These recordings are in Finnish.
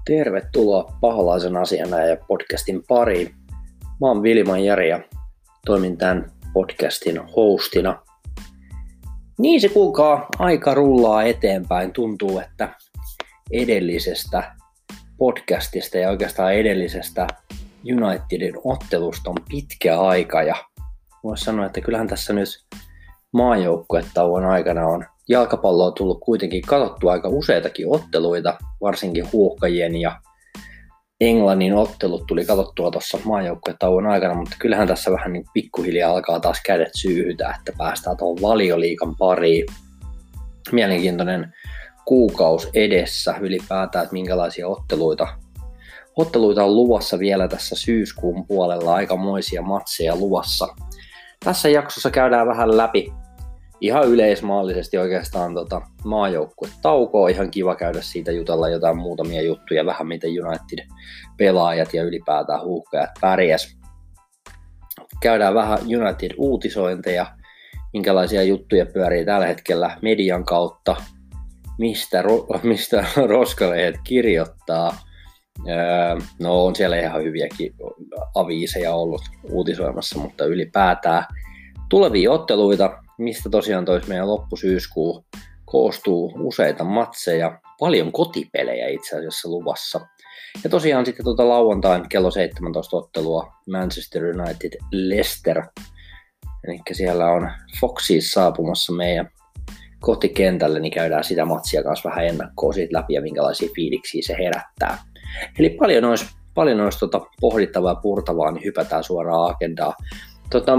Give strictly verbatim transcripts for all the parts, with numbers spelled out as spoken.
Tervetuloa Paholaisen asianajaja podcastin pariin. Mä oon Vilman Jari ja toimin tämän podcastin hostina. Niin se kuulkaa, aika rullaa eteenpäin. Tuntuu, että edellisestä podcastista ja oikeastaan edellisestä Unitedin ottelusta on pitkä aika. Ja voisi sanoa, että kyllähän tässä nyt maajoukkuetauon aikana on jalkapalloa tullut kuitenkin katsottua aika useitakin otteluita, varsinkin Huuhkajien ja Englannin ottelut tuli katsottua tuossa maajoukkuetauon aikana, mutta kyllähän tässä vähän niin pikkuhiljaa alkaa taas kädet syyhytä, että päästään tuohon Valioliigan pariin. Mielenkiintoinen kuukausi edessä ylipäätään, että minkälaisia otteluita, otteluita on luvassa vielä tässä syyskuun puolella, aikamoisia matseja luvassa. Tässä jaksossa käydään vähän läpi ihan yleismaallisesti oikeastaan tota maajoukkuetaukoa. Ihan kiva käydä siitä jutella jotain muutamia juttuja, vähän miten United-pelaajat ja ylipäätään Huuhkajat pärjäs. Käydään vähän United-uutisointeja, minkälaisia juttuja pyörii tällä hetkellä median kautta, mistä, ro- mistä roskalehdet kirjoittaa. Öö, no on siellä ihan hyviäkin aviiseja ollut uutisoimassa, mutta ylipäätään tulevia otteluita, mistä tosiaan tois meidän loppusyyskuu koostuu useita matseja, paljon kotipelejä itse asiassa luvassa. Ja tosiaan sitten tuota lauantain kello seitsemäntoista ottelua Manchester United Leicester. Eli siellä on Foxys saapumassa meidän kotikentälle, niin käydään sitä matsia kanssa vähän ennakkoa siitä läpi ja minkälaisia fiiliksiä se herättää. Eli paljon olisi, paljon olisi tuota pohdittavaa ja purtavaa, niin hypätään suoraan agendaa. Tota,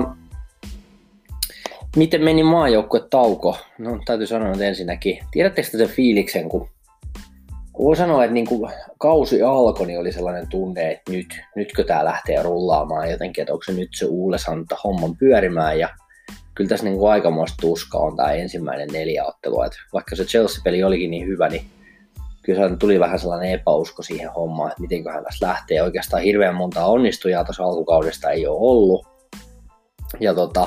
Miten meni maajoukkuetauko? No täytyy sanoa että ensinnäkin. Tiedättekö sen fiiliksen, kun voi sanoa, että niin kun kausi alkoi, niin oli sellainen tunne, että nyt, nytkö tää lähtee rullaamaan jotenkin, että onko se nyt se Ules antaa homman pyörimään. Ja kyllä tässä niin aikamoista tuska on tämä ensimmäinen neljä ottelua. Että vaikka se Chelsea-peli olikin niin hyvä, niin kyllä se tuli vähän sellainen epäusko siihen hommaan, että mitenköhän tässä lähtee. Oikeastaan hirveän montaa onnistujaa tuossa alkukaudesta ei ole ollut. Ja tota...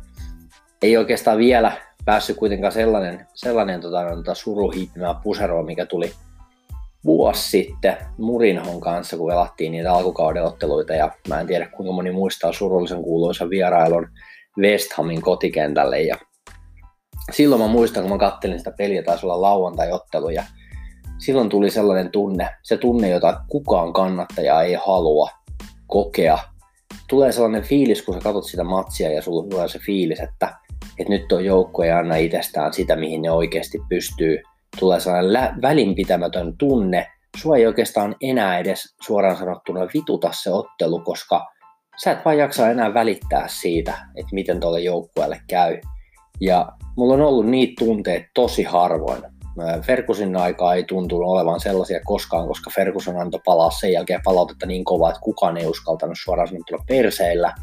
Ei oikeastaan vielä päässyt kuitenkaan sellainen, sellainen tota, tota, suruhiipimää puseroa, mikä tuli vuosi sitten Murinhon kanssa, kun pelattiin niitä alkukauden otteluita. Ja mä en tiedä, kuinka moni muistaa surullisen kuuluisan vierailun West Hamin kotikentälle. Ja silloin mä muistan, kun mä kattelin sitä peliä, taisi olla lauantai-ottelu. Ja silloin tuli sellainen tunne, se tunne, jota kukaan kannattaja ei halua kokea. Tulee sellainen fiilis, kun sä katsot sitä matsia ja sulla tulee se fiilis, että, että nyt tuo joukko ei anna itsestään sitä, mihin ne oikeasti pystyy. Tulee sellainen lä- välinpitämätön tunne. Sua ei oikeastaan enää edes suoraan sanottuna vituta se ottelu, koska sä et vaan jaksa enää välittää siitä, että miten tuolle joukkueelle käy. Ja mulla on ollut niitä tunteita tosi harvoin. Fergusonin aikaa ei tuntunut olevan sellaisia koskaan, koska Ferguson antoi palaa sen jälkeen palautetta niin kovaa, että kukaan ei uskaltanut suoraan sanottuna perseillä.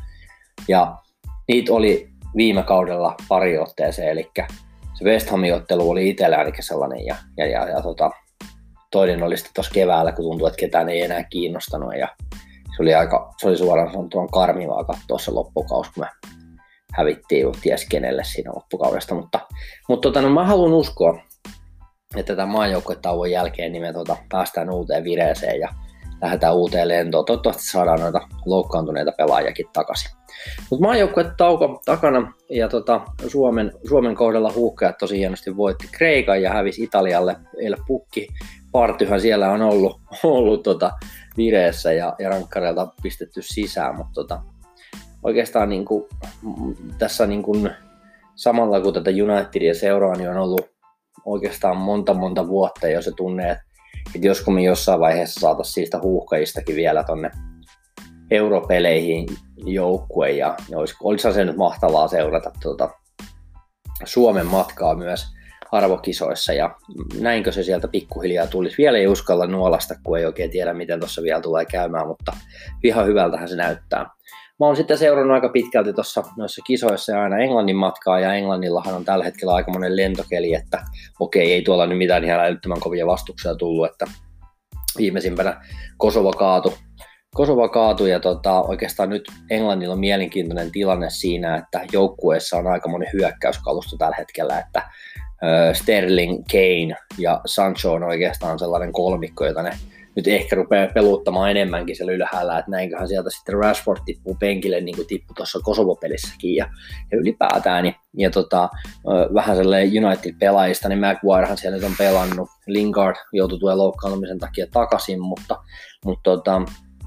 Ja niitä oli viime kaudella pari otteeseen, eli se West Hamin ottelu oli itsellä ainakin sellainen, ja, ja, ja, ja tota, toinen oli sitten tuossa keväällä, kun tuntui, että ketään ei enää kiinnostanut, ja se oli, aika, se oli suoraan sanottuna karmivaa katsoa se loppukaus, kun me hävittiin ties kenelle siinä loppukaudesta, mutta, mutta tota, no, mä haluan uskoa, että tämän maajoukkuetauon jälkeen niin me tuota, päästään uuteen vireeseen ja lähdetään uuteen lentoon. Toivottavasti saadaan noita loukkaantuneita pelaajakin takaisin. Mutta maajoukkuetauko takana ja tota, Suomen, Suomen kohdalla Huuhkajat tosi hienosti voitti Kreikan ja hävisi Italialle. Eilen pukki partyhän siellä on ollut, ollut tota, vireessä ja, ja rankkareilta pistetty sisään, mutta tota, oikeastaan niin kuin, tässä niin kuin, samalla kun tätä Unitedia seuraa, niin on ollut oikeastaan monta monta vuotta jo se tunne, että josko me jossain vaiheessa saataisiin siitä Huuhkajistakin vielä tonne europeleihin joukkue ja olisi, olisihan se nyt mahtavaa seurata tuota Suomen matkaa myös arvokisoissa ja näinkö se sieltä pikkuhiljaa tulisi. Vielä ei uskalla nuolasta, kun ei oikein tiedä miten tuossa vielä tulee käymään, mutta ihan hyvältähän se näyttää. Mä oon sitten seurannut aika pitkälti tuossa noissa kisoissa ja aina Englannin matkaa, ja Englannillahan on tällä hetkellä aikamoinen lentokeli, että okei, ei tuolla nyt mitään ihan älyttömän kovia vastuksia tullut, että viimeisimpänä Kosova kaatui. Kosova kaatui ja tota, oikeastaan nyt Englannilla on mielenkiintoinen tilanne siinä, että joukkueessa on aikamoinen hyökkäyskalusto tällä hetkellä, että äh, Sterling, Kane ja Sancho on oikeastaan sellainen kolmikko, jota ne nyt ehkä rupeaa peluuttamaan enemmänkin siellä ylhäällä, että näinköhän sieltä sitten Rashford tippuu penkille, niin kuin tippui tuossa Kosovo-pelissäkin ja, ja ylipäätään. Niin, ja tota, vähän sellainen United-pelaajista, niin Maguirehan siellä nyt on pelannut, Lingard joutui tuon loukkaantumisen takia takaisin, mutta, mutta tota,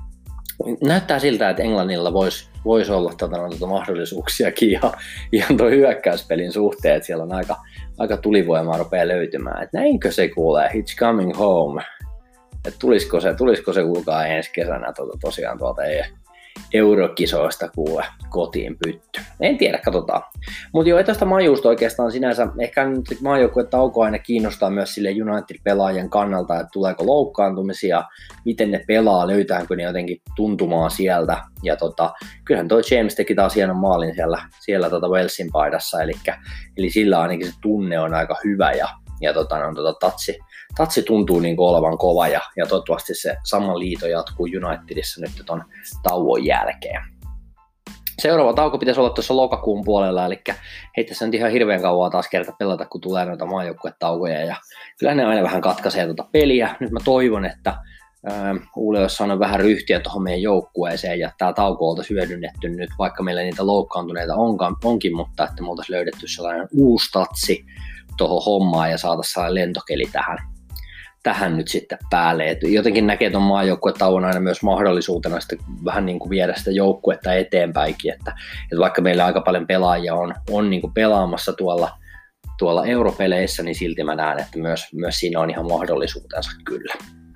näyttää siltä, että Englannilla voisi vois olla tota, tota mahdollisuuksiakin ja ihan tuo hyökkäyspelin suhteen, että siellä on aika, aika tulivoimaa rupeaa löytymään. Et näinkö se kuulee, It's coming home. Et tulisiko se, tulisiko se kuulkaa ensi kesänä tuota, tosiaan tuolta eurokisoista kuule kotiin pytty. En tiedä, katsotaan. Mutta joo, ei tästä majuusta oikeastaan sinänsä. Ehkä nyt maajoukkueen tauko aina kiinnostaa myös sille United-pelaajien kannalta, että tuleeko loukkaantumisia, miten ne pelaa, löytääkö ne jotenkin tuntumaan sieltä. Ja tota, kyllähän toi James teki taas hienon maalin siellä, siellä tota Walesin paidassa, eli, eli sillä ainakin se tunne on aika hyvä ja, ja tota, no, tota, tatsi, tatsi tuntuu niin kuin olevan kova ja, ja toivottavasti se sama liito jatkuu Unitedissa nyt ton tauon jälkeen. Seuraava tauko pitäisi olla tuossa lokakuun puolella, eli ei tässä nyt ihan hirveän kauan taas kerta pelata, kun tulee noita maajoukkuetaukoja ja kyllä ne aina vähän katkaisee tuota peliä. Nyt mä toivon, että Uule olisi saanut vähän ryhtiä tuohon meidän joukkueeseen ja tämä tauko oltaisiin hyödynnetty nyt, vaikka meillä niitä loukkaantuneita onkaan, onkin, mutta että me oltaisiin löydetty sellainen uusi tatsi tuohon hommaan ja saataisiin sellainen lentokeli tähän, tähän nyt sitten päälle. Et jotenkin näkee tuon maajoukkuetauon aina myös mahdollisuutena sitten vähän niin kuin viedä sitä joukkuetta eteenpäinkin, että, että vaikka meillä aika paljon pelaajia on, on niin kuin pelaamassa tuolla, tuolla europeleissä, niin silti mä näen, että myös, myös siinä on ihan mahdollisuutensa kyllä.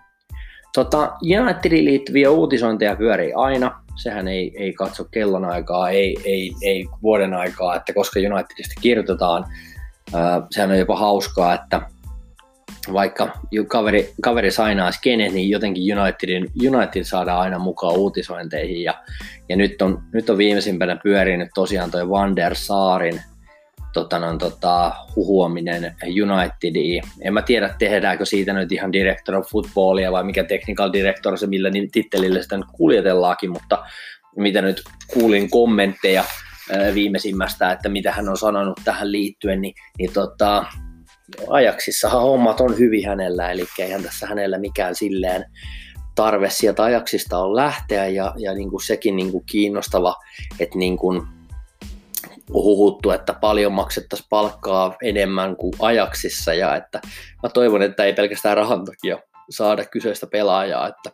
Tota, Unitediin liittyviä uutisointeja pyörii aina. Sehän ei, ei katso kellon aikaa, ei, ei, ei vuoden aikaa, että koska Unitedista kirjoitetaan. Äh, sehän on jopa hauskaa, että vaikka kaveri, kaveri sainaisi kenet, niin jotenkin Unitedin, United saadaan aina mukaan uutisointeihin. Ja, ja nyt, on, nyt on viimeisimpänä pyörinyt tosiaan toi Van der Saarin Tota, no, tota, huhuaminen Unitediin. En mä tiedä, tehdäänkö siitä nyt ihan director of footballia vai mikä technical director se, millä tittelillä sitä nyt kuljetellaakin, mutta mitä nyt kuulin kommentteja ää, viimeisimmästä, että mitä hän on sanonut tähän liittyen, niin, niin tota, Ajaxissahan hommat on hyvin hänellä, eli eihän tässä hänellä mikään silleen tarve sieltä Ajaxista on lähteä, ja, ja niin kuin sekin niin kuin kiinnostava, että niin kuin huhuttu, että paljon maksettaisiin palkkaa enemmän kuin Ajaxissa ja että mä toivon, että ei pelkästään rahan takia saada kyseistä pelaajaa, että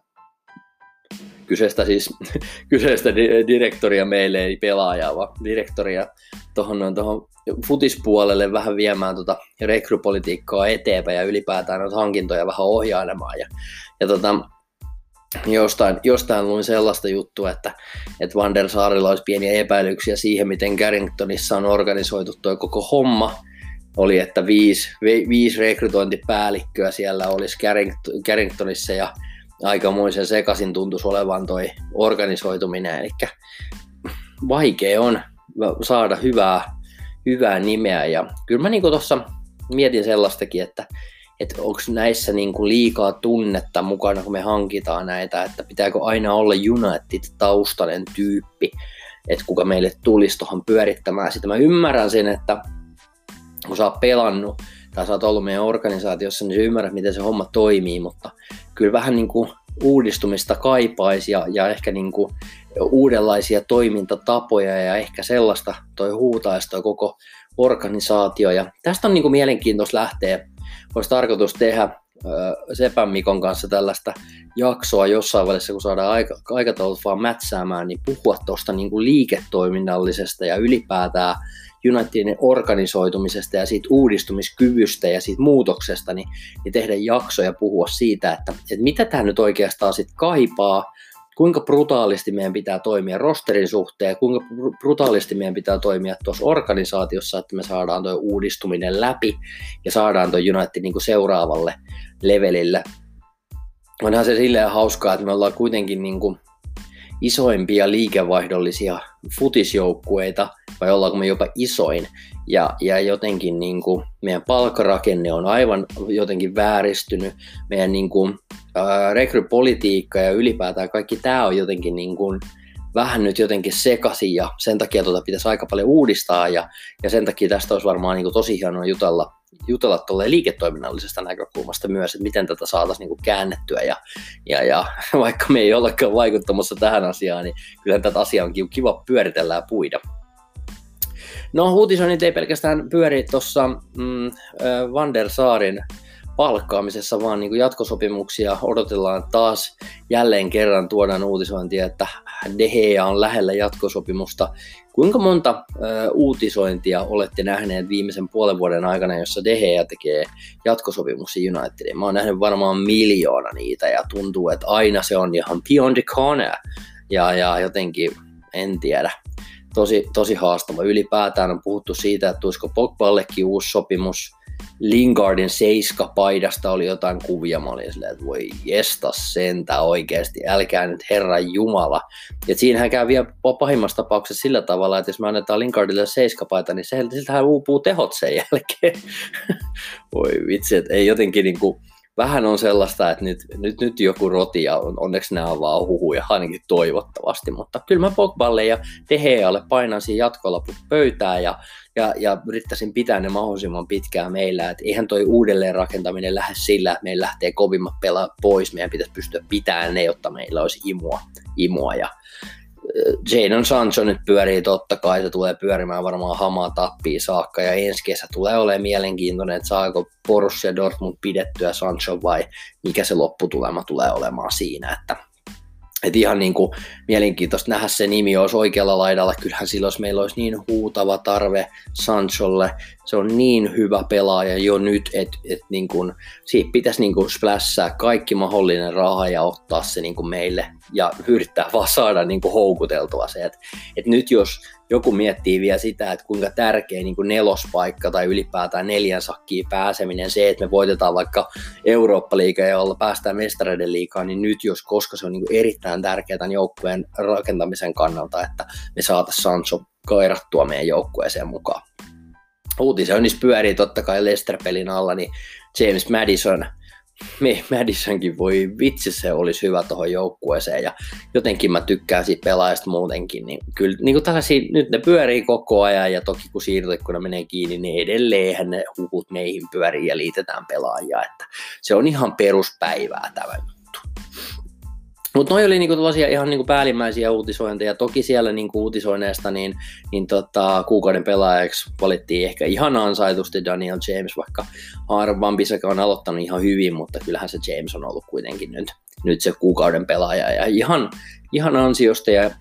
kyseistä siis kyseistä direktoria meille ei pelaajaa, vaan direktoria tuohon tuohon futispuolelle vähän viemään tuota rekrypolitiikkaa eteenpäin ja ylipäätään noita hankintoja vähän ohjailemaan ja, ja tota, Jostain, jostain luin sellaista juttua, että, että Van der Saarilla olisi pieniä epäilyksiä siihen, miten Carringtonissa on organisoitu tuo koko homma. Oli, että viisi, viisi rekrytointipäällikköä siellä olisi Carringtonissa ja aikamoisen sekaisin tuntuisi olevan tuo organisoituminen. Eli vaikea on saada hyvää, hyvää nimeä. Ja kyllä mä niin tuossa mietin sellaistakin, että että onko näissä niinku liikaa tunnetta mukana, kun me hankitaan näitä, että pitääkö aina olla United-taustainen tyyppi, että kuka meille tulisi tuohon pyörittämään sitä. Mä ymmärrän sen, että kun sä oot pelannut tai sä oot ollut meidän organisaatiossa, niin sä ymmärrät, miten se homma toimii, mutta kyllä vähän niinku uudistumista kaipaisi ja, ja ehkä niinku uudenlaisia toimintatapoja ja ehkä sellaista toi huutaisi toi koko organisaatio. Ja tästä on niinku mielenkiintoista lähteä. Olisi tarkoitus tehdä Sepän Mikon kanssa tällaista jaksoa jossain välissä, kun saadaan aika, aikataulut vaan mätsäämään, niin puhua tuosta niin kuin liiketoiminnallisesta ja ylipäätään Unitedin organisoitumisesta ja siitä uudistumiskyvystä ja siitä muutoksesta, niin, niin tehdä jaksoja ja puhua siitä, että, että mitä tämä nyt oikeastaan sitten kaipaa, kuinka brutaalisti meidän pitää toimia rosterin suhteen, kuinka brutaalisti meidän pitää toimia tuossa organisaatiossa, että me saadaan tuo uudistuminen läpi ja saadaan tuo United niin kuin seuraavalle levelille. Onhan se silleen hauskaa, että me ollaan kuitenkin niin kuin isoimpia liikevaihdollisia futisjoukkueita, vai ollaanko me jopa isoin, ja, ja jotenkin niin kuin meidän palkkarakenne on aivan jotenkin vääristynyt, meidän niin kuin, ää, rekrypolitiikka ja ylipäätään kaikki tämä on jotenkin niin kuin vähän nyt jotenkin sekaisin, ja sen takia tuota pitäisi aika paljon uudistaa, ja, ja sen takia tästä olisi varmaan niin kuin tosi hienoa jutella, jutella tuolle liiketoiminnallisesta näkökulmasta myös, että miten tätä saataisiin niin käännettyä ja, ja, ja vaikka me ei olekaan vaikuttamassa tähän asiaan, niin kyllähän tätä asiaa onkin kiva pyöritellä ja puida. No uutisoinnit ei pelkästään pyöri tuossa mm, Van der Saarin palkkaamisessa, vaan niin kuin jatkosopimuksia odotellaan taas jälleen kerran, tuodaan uutisointia, että De Gea on lähellä jatkosopimusta. Kuinka monta ö, uutisointia olette nähneet viimeisen puolen vuoden aikana, jossa De Gea tekee jatkosopimuksia Unitediin? Mä oon nähnyt varmaan miljoona niitä ja tuntuu, että aina se on ihan beyond the corner ja, ja jotenkin en tiedä. Tosi, tosi haastava. Ylipäätään on puhuttu siitä, että tulisiko Pogballekin uusi sopimus. Lingardin seiska-paidasta oli jotain kuvia. Mä olin silleen, että voi jestas sentä oikeasti, älkää nyt Herran Jumala. Ja siinähän käy vielä pahimmassa tapauksessa sillä tavalla, että jos me annetaan Lingardille seiskapaita, niin siltähän uupuu tehot sen jälkeen. Voi vitsi, että ei jotenkin niinku... Vähän on sellaista, että nyt, nyt, nyt joku roti ja on, onneksi nämä on vaan huhuja, ainakin toivottavasti, mutta kyllä mä Pogballe ja De Gealle painaisin jatkolaput pöytään ja, ja, ja yrittäisin pitää ne mahdollisimman pitkään meillä, että eihän toi uudelleen rakentaminen lähde sillä, että meillä lähtee kovimmat pelaat pois, meidän pitäisi pystyä pitämään ne, jotta meillä olisi imua, imua ja Jadon Sancho nyt pyörii totta kai, se tulee pyörimään varmaan hamaa tappiin saakka ja ensi kesä tulee olemaan mielenkiintoinen, että saako Borussia Dortmund pidettyä Sancho vai mikä se lopputulema tulee olemaan siinä, että et ihan niin kuin mielenkiintoista nähdä se nimi olisi oikealla laidalla, kyllähän silloin meillä olisi niin huutava tarve Sancholle, se on niin hyvä pelaaja jo nyt, että et niin kuin, siitä pitäisi niin kuin splässää kaikki mahdollinen raha ja ottaa se niin kuin meille ja yrittää vaan saada niin kuin houkuteltua se, että et nyt jos joku miettii vielä sitä, että kuinka tärkeä niin kuin nelospaikka tai ylipäätään neljän sakkiin pääseminen, se, että me voitetaan vaikka Eurooppa-liigaa ja olla päästään mestareiden liigaan, niin nyt jos koska se on niin kuin erittäin tärkeää tämän joukkueen rakentamisen kannalta, että me saataisiin Sancho kairattua meidän joukkueeseen mukaan. Uutisoinnissa pyörii totta kai Leicester-pelin alla, niin James Maddison, me Madisonkin voi vitsi, se olisi hyvä tuohon joukkueeseen ja jotenkin mä tykkään siitä pelaajasta muutenkin, niin kyllä niin kuin tällaisia, nyt ne pyörii koko ajan ja toki kun siirtoikkuna menee kiinni, niin edelleenhän ne hukut meihin pyörii ja liitetään pelaajia, että se on ihan peruspäivää tämä juttu. Mutta noi oli niinku tällaisia ihan niinku päällimmäisiä uutisointeja. Toki siellä niinku uutisoineesta niin, niin tota, kuukauden pelaajaksi valittiin ehkä ihan ansaitusti Daniel James, vaikka Aaron Wan-Bissaka on aloittanut ihan hyvin, mutta kyllähän se James on ollut kuitenkin nyt, nyt se kuukauden pelaaja. Ja ihan, ihan ansiosta ja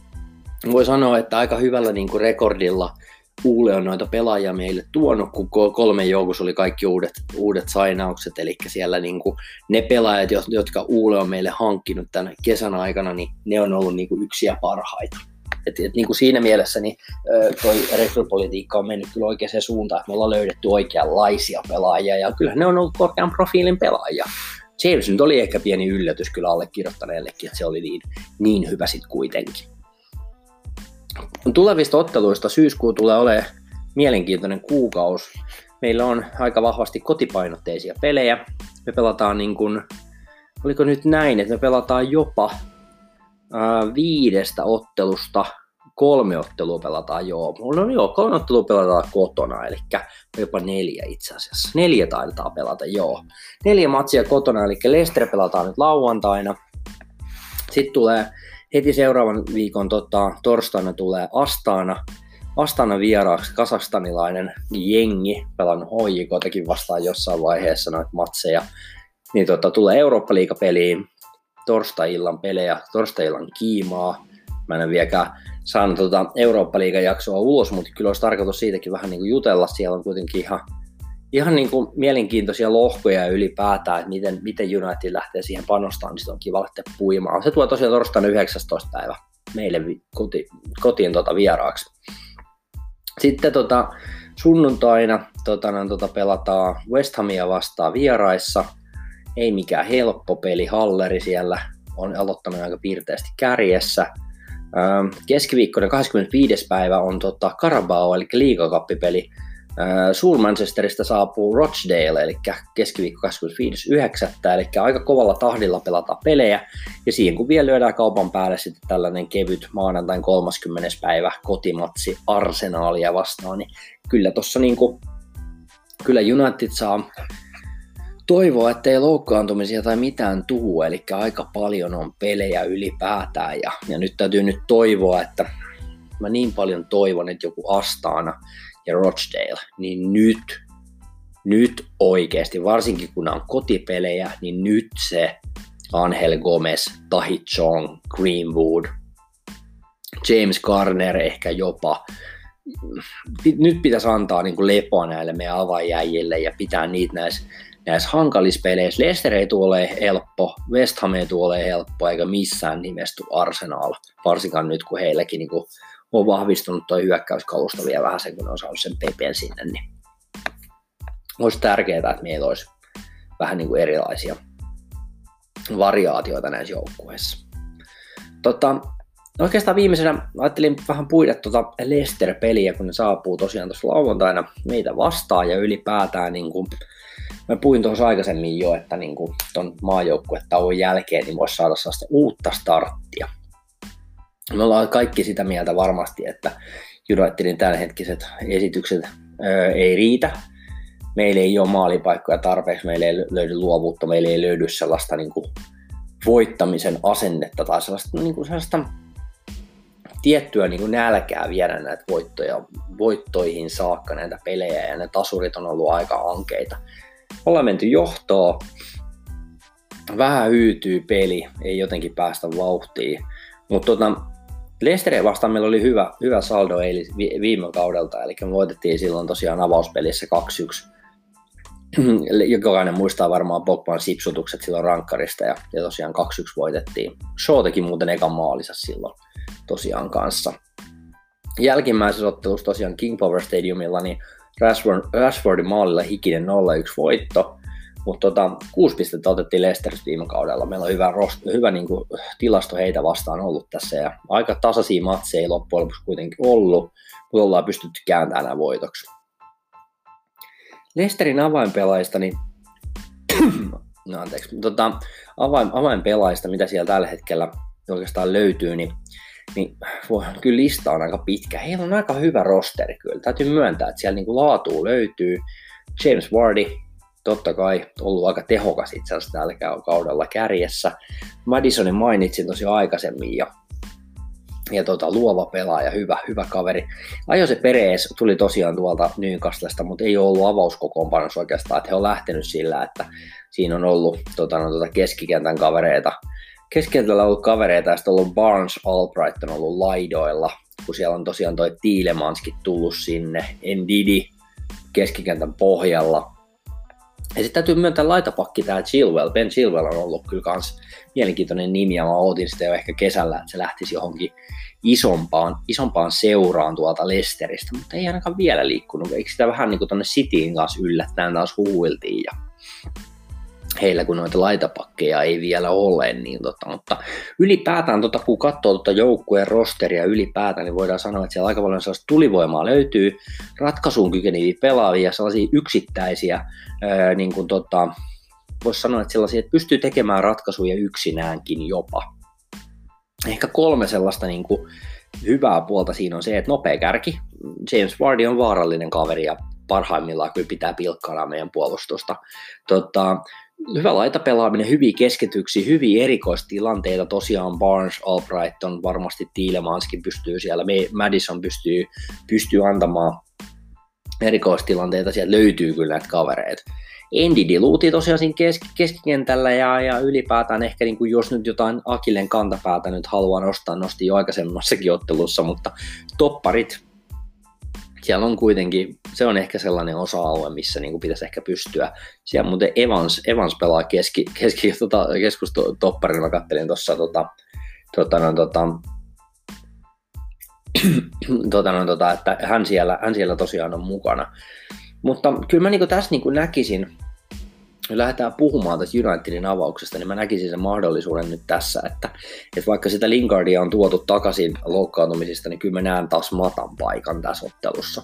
voi sanoa, että aika hyvällä niinku rekordilla Uule on noita pelaajia meille tuonut, kun kolmen joukossa oli kaikki uudet, uudet sainaukset, eli siellä niinku ne pelaajat, jotka Uule on meille hankkinut tämän kesän aikana, niin ne on ollut niinku yksiä parhaita. Et, et niinku siinä mielessä niin, toi rekrypolitiikka on mennyt kyllä oikeaan suuntaan, että me ollaan löydetty oikeanlaisia pelaajia, ja kyllähän ne on ollut korkean profiilin pelaajia. James nyt oli ehkä pieni yllätys kyllä allekirjoittaneellekin, että se oli niin, niin hyvä sitten kuitenkin. Tulevista otteluista syyskuu tulee olemaan mielenkiintoinen kuukausi. Meillä on aika vahvasti kotipainotteisia pelejä. Me pelataan niin kuin, oliko nyt näin, että me pelataan jopa ää, viidestä ottelusta kolme ottelua pelataan joo. No joo, kolme ottelua pelataan kotona, eli jopa neljä itse asiassa. Neljä taidetaan pelata joo. Neljä matsia kotona, eli Leicester pelataan nyt lauantaina. Sitten tulee heti seuraavan viikon tota, torstaina tulee Astana. Astana vieraaksi kasakstanilainen jengi, pelannut H J K:takin vastaan jossain vaiheessa noita matseja. Niin tota, tulee Eurooppa-liigapeliin, torstai-illan pelejä, torstai-illan kiimaa. Mä en ole vieläkään saanut tota Eurooppa-liigan jaksoa ulos, mutta kyllä olisi tarkoitus siitäkin vähän niin kuin jutella. Siellä on kuitenkin ihan, ihan niin kuin mielenkiintoisia lohkoja ylipäätään, että miten, miten United lähtee siihen panostamaan, niin sitä on kiva lähteä puimaan. Se tulee tosiaan torstaina yhdeksästoista päivä meille koti, kotiin tota vieraaksi. Sitten tota, sunnuntaina tota, tota, pelataan West Hamia vastaan vieraissa. Ei mikään helppo peli, Halleri siellä on aloittanut aika piirteästi kärjessä. Keskiviikkona kahdeskymmenesviides päivä on tota Carabao, eli liigakappipeli. Suul Manchesterista saapuu Rochdale, eli keskiviikko kahdeskymmenesviides yhdeksättä eli aika kovalla tahdilla pelataan pelejä. Ja siihen kun vielä lyödään kaupan päälle sitten tällainen kevyt maanantain kolmaskymmenes päivä kotimatsi Arsenalia vastaan, niin kyllä tuossa niinku kyllä United saa toivoa, ettei loukkaantumisia tai mitään tuu, eli aika paljon on pelejä ylipäätään, ja, ja nyt täytyy nyt toivoa, että mä niin paljon toivon, että joku Astana ja Rochdale, niin nyt, nyt oikeasti, varsinkin kun on kotipelejä, niin nyt se Angel Gomez, Tahi Chong, Greenwood, James Garner ehkä jopa. Nyt pitäisi antaa niin kuin lepoa näille meidän avainjäjille ja pitää niitä näissä, näissä hankalissa peleissä. Leicester ei tule ole helppo, West Ham ei tule ole helppo, eikä missään nimessä Arsenal, varsinkaan nyt kun heilläkin niin kuin on vahvistunut tuo hyökkäyskalusta vielä vähän sen, kun on saanut sen Pepen sinne, niin olisi tärkeää, että meillä olisi vähän niin kuin erilaisia variaatioita näissä joukkueissa. Tota, oikeastaan viimeisenä ajattelin vähän puida tuota Leicester-peliä, kun ne saapuu tosiaan tuossa lauantaina meitä vastaan ja ylipäätään niin kuin, mä puhuin tuossa aikaisemmin jo, että niin kuin ton maajoukkuetauon jälkeen niin voisi saada sellaista uutta starttia. Me ollaan kaikki sitä mieltä varmasti, että Unitedin tämänhetkiset esitykset öö, ei riitä. Meillä ei ole maalipaikkoja tarpeeksi, meillä ei löydy luovuutta, meillä ei löydy sellaista niin kuin voittamisen asennetta tai sellaista, niin kuin sellaista tiettyä niin kuin nälkää viedä näitä voittoja, voittoihin saakka näitä pelejä, ja ne tasurit on ollut aika ankeita. Ollaan menty johtoon, vähän hyytyy peli, ei jotenkin päästä vauhtiin, mutta tota, Leicesteria vastaan meillä oli hyvä, hyvä saldo eilis, viime kaudelta, eli me voitettiin silloin tosiaan avauspelissä kaksi yksi. Jokainen muistaa varmaan Pogban sipsutukset silloin rankkarista, ja, ja tosiaan kaksi yksi voitettiin. Shaw teki muuten ekan maalinsa silloin tosiaan kanssa. Jälkimmäisessä ottelussa tosiaan King Power Stadiumilla niin Rashford, Rashfordin maalilla hikinen nolla yksi voitto, mutta tota, kuusi pistettä otettiin Leicesteristä viime kaudella. Meillä on hyvä, hyvä niin kuin, tilasto heitä vastaan ollut tässä, ja aika tasaisia matseja ei loppujen lopuksi kuitenkin ollut, mutta ollaan pystytty kääntämään nämä voitoksi. Leicesterin avainpelaajista, niin no anteeksi, tota, avain, avainpelaajista, mitä siellä tällä hetkellä oikeastaan löytyy, niin, niin voi, kyllä lista on aika pitkä. Heillä on aika hyvä rosteri kyllä. Täytyy myöntää, että siellä niin kuin laatua löytyy. James Vardy, totta kai, ollut aika tehokas itse asiassa tällä kaudella kärjessä. Madisonin mainitsin tosi aikaisemmin, ja ja tota, luova pelaaja, hyvä, hyvä kaveri. Ajo Perez tuli tosiaan tuolta Newcastlesta, mutta ei ole ollut avauskokoonpanossa oikeastaan, että he on lähtenyt sillä, että siinä on ollut tota, no, tota keskikentän kavereita. Keskikentällä on ollut kavereita, ja sitten on ollut Barnes, Albright on ollut laidoilla, kun siellä on tosiaan toi Tielemanskin tullut sinne, Ndidi keskikentän pohjalla. Ja sitten täytyy myöntää laitapakki tää Chilwell. Ben Chilwell on ollut kyllä kans mielenkiintoinen nimi, ja mä ootin sitä jo ehkä kesällä, että se lähtisi johonkin isompaan, isompaan seuraan tuolta Leicesteristä, mutta ei ainakaan vielä liikkunut. Eikö sitä vähän niin kuin tonne Cityin kanssa yllättäen taas huuiltiin, ja heillä kun noita laitapakkeja ei vielä ole, niin tota, mutta ylipäätään tota, kun katsoo tota joukkueen rosteria ylipäätään, niin voidaan sanoa, että siellä aika paljon sellaista tulivoimaa löytyy, ratkaisuun kykeneviä pelaavia, sellaisia yksittäisiä, ää, niin kuin tota, voisi sanoa, että sellaisia, että pystyy tekemään ratkaisuja yksinäänkin jopa. Ehkä kolme sellaista niin kuin hyvää puolta siinä on se, että nopea kärki, James Vardy on vaarallinen kaveri ja parhaimmillaan kyllä pitää pilkkailla meidän puolustusta. Tota, hyvä laitapelaaminen, hyviä keskityksiä, hyviä erikoistilanteita, tosiaan Barnes, Albright on varmasti Tielemanskin pystyy siellä, Madison pystyy, pystyy antamaan erikoistilanteita, sieltä löytyy kyllä näitä kavereita. Ndidi luutii tosiaan siinä kesk- keskikentällä ja, ja ylipäätään ehkä niin kuin jos nyt jotain Akillen kantapäätä nyt haluaa nostaa, nosti jo aikaisemmassakin ottelussa, mutta topparit, siellä on kuitenkin, se on ehkä sellainen osa-alue, missä niin kuin pitäisi ehkä pystyä. Siellä muuten Evans, Evans pelaa keski, keski, tota, keskustopparilla, mä kattelin tuossa tota, tota, no, tota, tota, no, tota, että hän siellä, hän siellä tosiaan on mukana. Mutta kyllä mä niin tässä niin näkisin, kun lähdetään puhumaan tästä Unitedin avauksesta, niin mä näkisin sen mahdollisuuden nyt tässä, että, että vaikka sitä Lingardia on tuotu takaisin loukkaantumisista, niin kyllä mä näen taas matan paikan tässä ottelussa.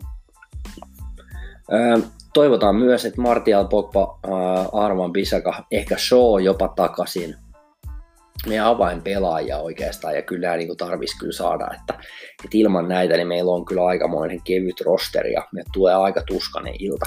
Öö, toivotaan myös, että Martial, Pogba, öö, Arman Bissaka, ehkä Shaw jopa takaisin. Meidän avainpelaajia oikeastaan, ja kyllä nämä niin tarvitsisi kyllä saada, että, että ilman näitä niin meillä on kyllä aikamoinen kevyt rosteri, ja me tulee aika tuskainen ilta.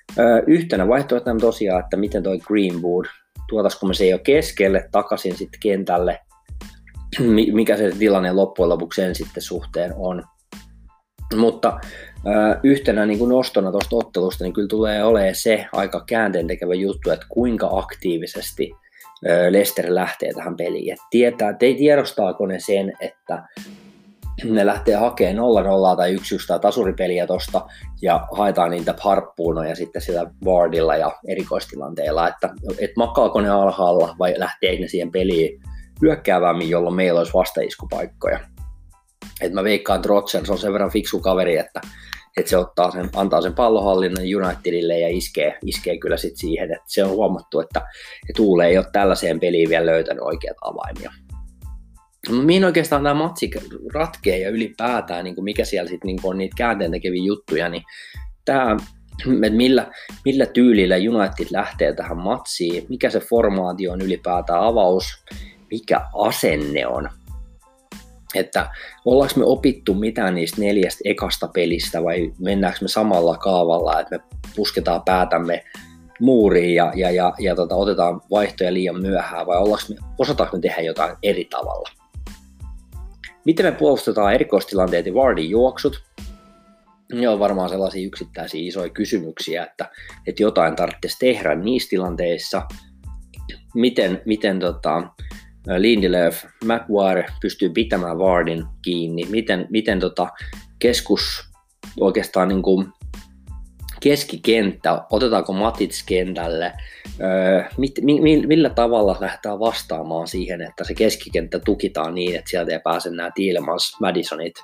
Öö, yhtenä vaihtoehtona tosiaan, että miten toi Greenwood, tuotaisiko me se jo keskelle takaisin sitten kentälle, mikä se tilanne loppujen lopuksi sen sitten suhteen on. Mutta öö, yhtenä niin kuin nostona tuosta ottelusta, niin kyllä tulee olemaan se aika käänteentekevä juttu, että kuinka aktiivisesti öö, Leicester lähtee tähän peliin. Et tietää, te tiedostaako ne sen, että ne lähtee hakemaan nolla nolla tai yksi yksi tai tasuripeliä tosta ja haetaan niitä harppuunoja sitten sillä Wardilla ja erikoistilanteella, että et makaako ne alhaalla vai lähteekö ne siihen peliin hyökkäävämmin, jolloin meillä olisi vastaiskupaikkoja. Et mä veikkaan, että Rodgers on sen verran fiksu kaveri, että, että se ottaa sen, antaa sen pallonhallinnan Unitedille ja iskee, iskee kyllä sit siihen, että se on huomattu, että, että Tuule ei ole tällaiseen peliin vielä löytänyt oikeat avaimia. Mihin oikeastaan tämä matsi ratkee ja ylipäätään, niin kuin mikä siellä sit, niin kuin on niitä käänteentekeviä juttuja, niin tämä, että millä, millä tyylillä United lähtee tähän matsiin, mikä se formaatio on ylipäätään, avaus, mikä asenne on. Että ollaanko me opittu mitään niistä neljästä ekasta pelistä vai mennäänkö me samalla kaavalla, että me pusketaan päätämme muuriin ja, ja, ja, ja tota, otetaan vaihtoja liian myöhään vai me, osataanko me tehdä jotain eri tavalla. Miten me puolustetaan erikoistilanteet ja Wardin juoksut? Ne on varmaan sellaisia yksittäisiä isoja kysymyksiä, että, että jotain tarvitsisi tehdä niissä tilanteissa. Miten, miten tota, Lindelöf, Maguire pystyy pitämään Wardin kiinni? Miten, miten tota, keskus oikeastaan niin kuin keskikenttä, otetaanko Matits kentälle, öö, mit, mi, millä tavalla lähdetään vastaamaan siihen, että se keskikenttä tukitaan niin, että sieltä ei pääse nämä Tielemans, Madisonit,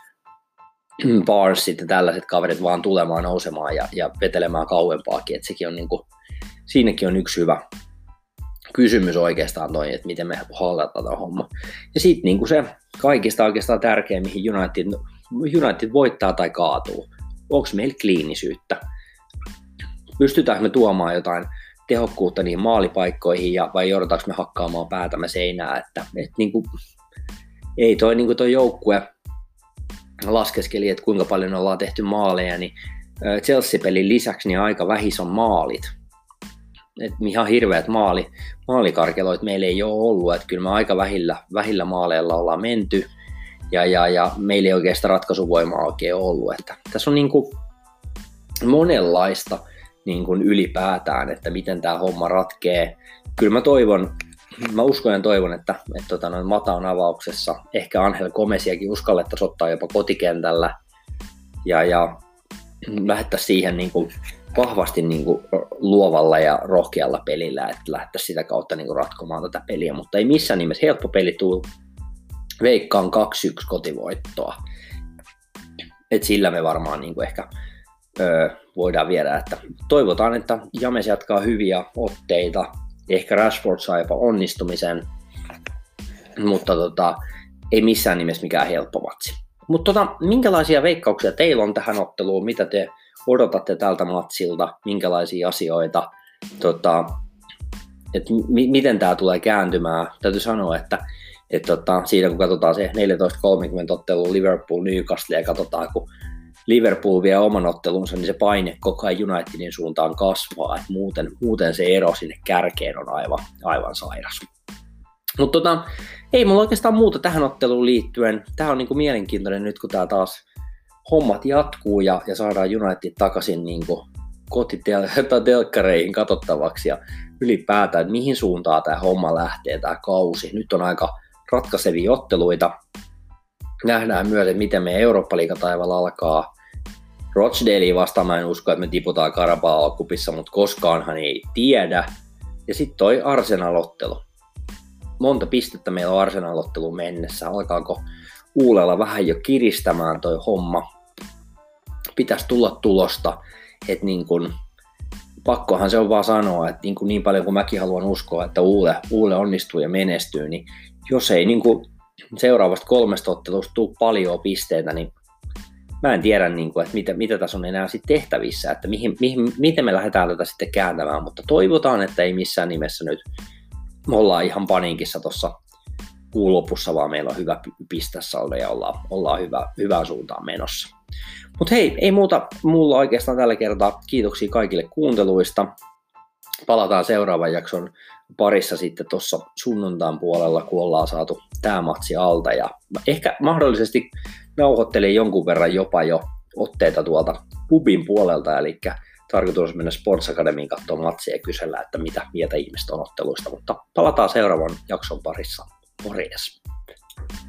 Barnesit ja tällaiset kaverit vaan tulemaan, nousemaan ja, ja vetelemään kauempaakin, että sekin on niin kuin, siinäkin on yksi hyvä kysymys oikeastaan toi, että miten me hallataan tämä homma. Ja sitten niin se kaikista oikeastaan tärkein, mihin United, United voittaa tai kaatuu. Onko meillä kliinisyyttä? Pystytäänkö me tuomaan jotain tehokkuutta niihin maalipaikkoihin ja vai joudutaanko me hakkaamaan päätämme seinää? Että, et niin kuin, ei toi, niin kuin toi joukkue laskeskeli, että kuinka paljon ollaan tehty maaleja, niin Chelsea-pelin lisäksi niin aika vähis on maalit. Et ihan hirveät maali, maalikarkeloit meillä ei ole ollut, että kyllä me aika vähillä, vähillä maaleilla ollaan menty. Ja, ja, ja meillä ei oikeastaan ratkaisuvoimaa oikein ollut. Että tässä on niin kuin monenlaista niin kuin ylipäätään, että miten tämä homma ratkee. Kyllä mä toivon, mä uskon ja toivon, että, että tota, noin Mataan avauksessa ehkä Angel Gomesiakin uskallettaisiin ottaa jopa kotikentällä ja, ja lähdettäisiin siihen niin kuin vahvasti niin kuin luovalla ja rohkealla pelillä, että lähdettäisiin sitä kautta niin kuin ratkomaan tätä peliä, mutta ei missään nimessä helppo peli tule. Veikkaan kaksi yksi kotivoittoa. Et sillä me varmaan niin kuin ehkä öö, voidaan viedä, että toivotaan, että James jatkaa hyviä otteita. Ehkä Rashford saa jopa onnistumisen, mutta tota, ei missään nimessä mikään helppo matsi. Mutta tota, minkälaisia veikkauksia teillä on tähän otteluun? Mitä te odotatte tältä matsilta? Minkälaisia asioita? Tota, et m- miten tämä tulee kääntymään? Täytyy sanoa, että Et tota, siinä kun katsotaan se neljätoista kolmekymmentä ottelu Liverpool Newcastle ja katsotaan kun Liverpool vie oman ottelunsa, niin se paine koko ajan Unitedin suuntaan kasvaa, että muuten, muuten se ero sinne kärkeen on aivan, aivan sairas. Mutta tota, ei mulla oikeastaan muuta tähän otteluun liittyen. Tämä on niinku mielenkiintoinen nyt kun tää taas hommat jatkuu ja, ja saadaan United takaisin niinku kotitelkkareihin katsottavaksi ja ylipäätään, että mihin suuntaan tämä homma lähtee, tämä kausi. Nyt on aika ratkaisevia otteluita. Nähdään myös, että miten meidän Eurooppa-liigataivaalla alkaa. Rochdalea vastaan mä en usko, että me tiputaan Carabao-kupissa, mutta koskaanhan ei tiedä. Ja sitten toi Arsenal-ottelu. Monta pistettä meillä on Arsenal-otteluun mennessä. Alkaako Uulella vähän jo kiristämään toi homma? Pitäisi tulla tulosta, että niin kun pakkohan se on vaan sanoa, että niin, kuin niin paljon kuin mäkin haluan uskoa, että Uule, Uule onnistuu ja menestyy, niin jos ei niin kuin seuraavasta kolmesta ottelusta tule paljon pisteitä, niin mä en tiedä, niin kuin, että mitä, mitä tässä on enää sitten tehtävissä, että mihin, mihin, miten me lähdetään tätä sitten kääntämään, mutta toivotaan, että ei missään nimessä nyt me ollaan ihan paniikissa tuossa kuun lopussa, vaan meillä on hyvä pistesaldo ja ollaan, ollaan hyvä, hyvään suuntaan menossa. Mutta hei, ei muuta mulla oikeastaan tällä kertaa. Kiitoksia kaikille kuunteluista. Palataan seuraavan jakson parissa sitten tuossa sunnuntain puolella, kun ollaan saatu tämä matsi alta. Ja ehkä mahdollisesti nauhoittelen jonkun verran jopa jo otteita tuolta pubin puolelta, eli tarkoitus mennä Sports Academyin katsomaan matsia ja kysellä, että mitä mieltä ihmiset on otteluista. Mutta palataan seuraavan jakson parissa. Morjes!